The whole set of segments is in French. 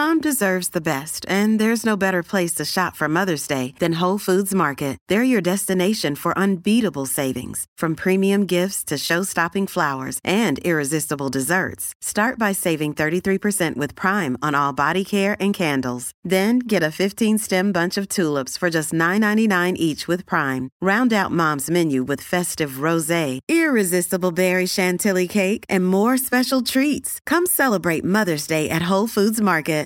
Mom deserves the best, and there's no better place to shop for Mother's Day than Whole Foods Market. They're your destination for unbeatable savings, from premium gifts to show-stopping flowers and irresistible desserts. Start by saving 33% with Prime on all body care and candles. Then get a 15-stem bunch of tulips for just $9.99 each with Prime. Round out Mom's menu with festive rosé, irresistible berry chantilly cake, and more special treats. Come celebrate Mother's Day at Whole Foods Market.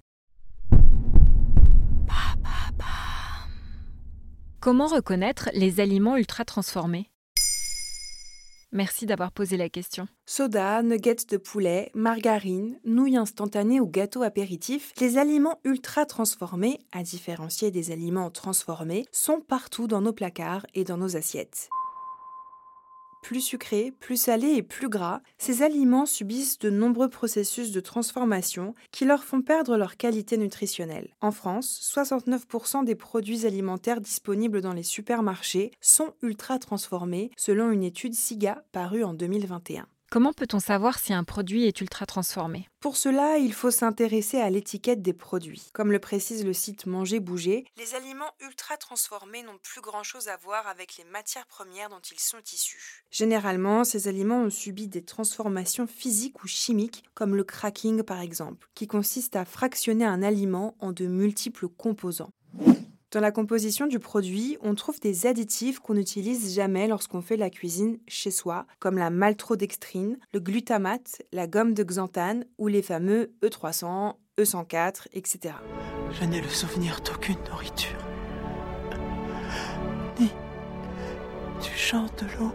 Comment reconnaître les aliments ultra transformés ? Merci d'avoir posé la question. Soda, nuggets de poulet, margarine, nouilles instantanées ou gâteaux apéritifs, les aliments ultra transformés, à différencier des aliments transformés, sont partout dans nos placards et dans nos assiettes. Plus sucrés, plus salés et plus gras, ces aliments subissent de nombreux processus de transformation qui leur font perdre leur qualité nutritionnelle. En France, 69% des produits alimentaires disponibles dans les supermarchés sont ultra transformés, selon une étude SIGA parue en 2021. Comment peut-on savoir si un produit est ultra transformé ? Pour cela, il faut s'intéresser à l'étiquette des produits. Comme le précise le site Manger Bouger, les aliments ultra transformés n'ont plus grand-chose à voir avec les matières premières dont ils sont issus. Généralement, ces aliments ont subi des transformations physiques ou chimiques, comme le cracking par exemple, qui consiste à fractionner un aliment en de multiples composants. Dans la composition du produit, on trouve des additifs qu'on n'utilise jamais lorsqu'on fait la cuisine chez soi, comme la maltodextrine, le glutamate, la gomme de xanthane ou les fameux E300, E104, etc. Je n'ai le souvenir d'aucune nourriture, ni du chant de l'eau,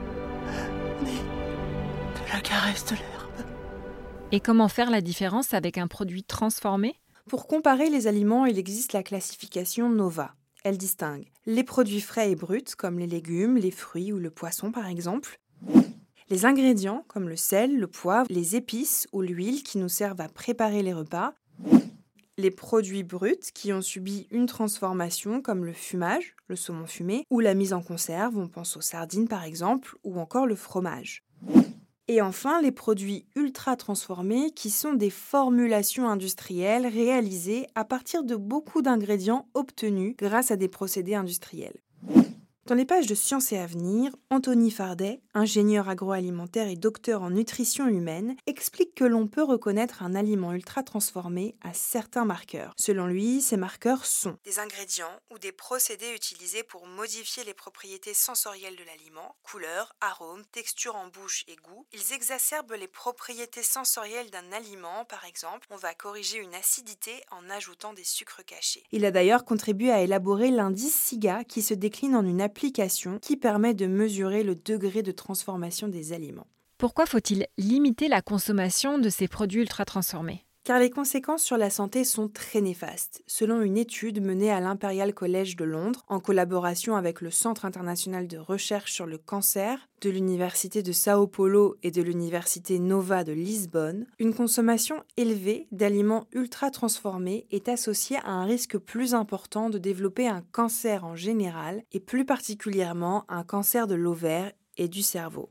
ni de la caresse de l'herbe. Et comment faire la différence avec un produit transformé ? Pour comparer les aliments, il existe la classification NOVA. Elle distingue les produits frais et bruts, comme les légumes, les fruits ou le poisson par exemple, les ingrédients, comme le sel, le poivre, les épices ou l'huile qui nous servent à préparer les repas, les produits bruts qui ont subi une transformation, comme le fumage, le saumon fumé, ou la mise en conserve, on pense aux sardines par exemple, ou encore le fromage. Et enfin, les produits ultra transformés qui sont des formulations industrielles réalisées à partir de beaucoup d'ingrédients obtenus grâce à des procédés industriels. Dans les pages de Science et Avenir, Anthony Fardet, ingénieur agroalimentaire et docteur en nutrition humaine, explique que l'on peut reconnaître un aliment ultra transformé à certains marqueurs. Selon lui, ces marqueurs sont des ingrédients ou des procédés utilisés pour modifier les propriétés sensorielles de l'aliment, couleur, arôme, texture en bouche et goût. Ils exacerbent les propriétés sensorielles d'un aliment, par exemple, on va corriger une acidité en ajoutant des sucres cachés. Il a d'ailleurs contribué à élaborer l'indice SIGA qui se décline en une application qui permet de mesurer le degré de transformation des aliments. Pourquoi faut-il limiter la consommation de ces produits ultra transformés ? Car les conséquences sur la santé sont très néfastes. Selon une étude menée à l'Imperial College de Londres, en collaboration avec le Centre international de recherche sur le cancer, de l'Université de Sao Paulo et de l'Université Nova de Lisbonne, une consommation élevée d'aliments ultra transformés est associée à un risque plus important de développer un cancer en général et plus particulièrement un cancer de l'ovaire et du cerveau.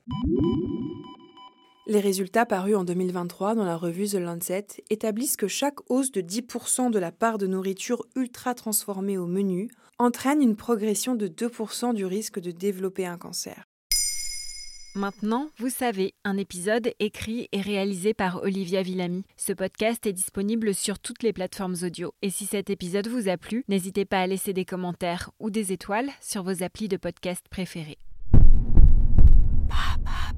Les résultats parus en 2023 dans la revue The Lancet établissent que chaque hausse de 10% de la part de nourriture ultra transformée au menu entraîne une progression de 2% du risque de développer un cancer. Maintenant, vous savez, un épisode écrit et réalisé par Olivia Villamy. Ce podcast est disponible sur toutes les plateformes audio. Et si cet épisode vous a plu, n'hésitez pas à laisser des commentaires ou des étoiles sur vos applis de podcast préférés.